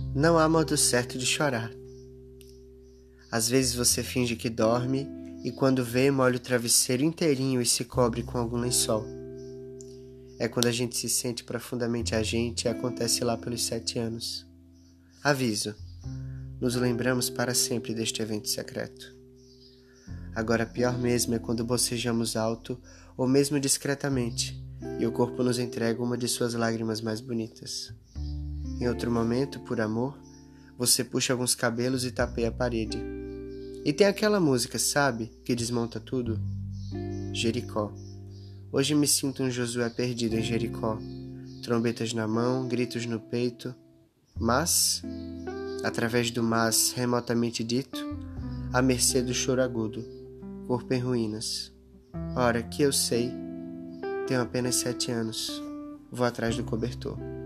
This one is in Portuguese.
Não há modo certo de chorar. Às vezes você finge que dorme e quando vê, molha o travesseiro inteirinho e se cobre com algum lençol. É quando a gente se sente profundamente a gente e acontece lá pelos 7 anos. Aviso, nos lembramos para sempre deste evento secreto. Agora pior mesmo é quando bocejamos alto ou mesmo discretamente e o corpo nos entrega uma de suas lágrimas mais bonitas. Em outro momento, por amor, você puxa alguns cabelos e tapeia a parede. E tem aquela música, sabe, que desmonta tudo? Jericó. Hoje me sinto um Josué perdido em Jericó. Trombetas na mão, gritos no peito. Mas, através do mas remotamente dito, à mercê do choro agudo, corpo em ruínas. Ora, que eu sei, tenho apenas 7 anos. Vou atrás do cobertor.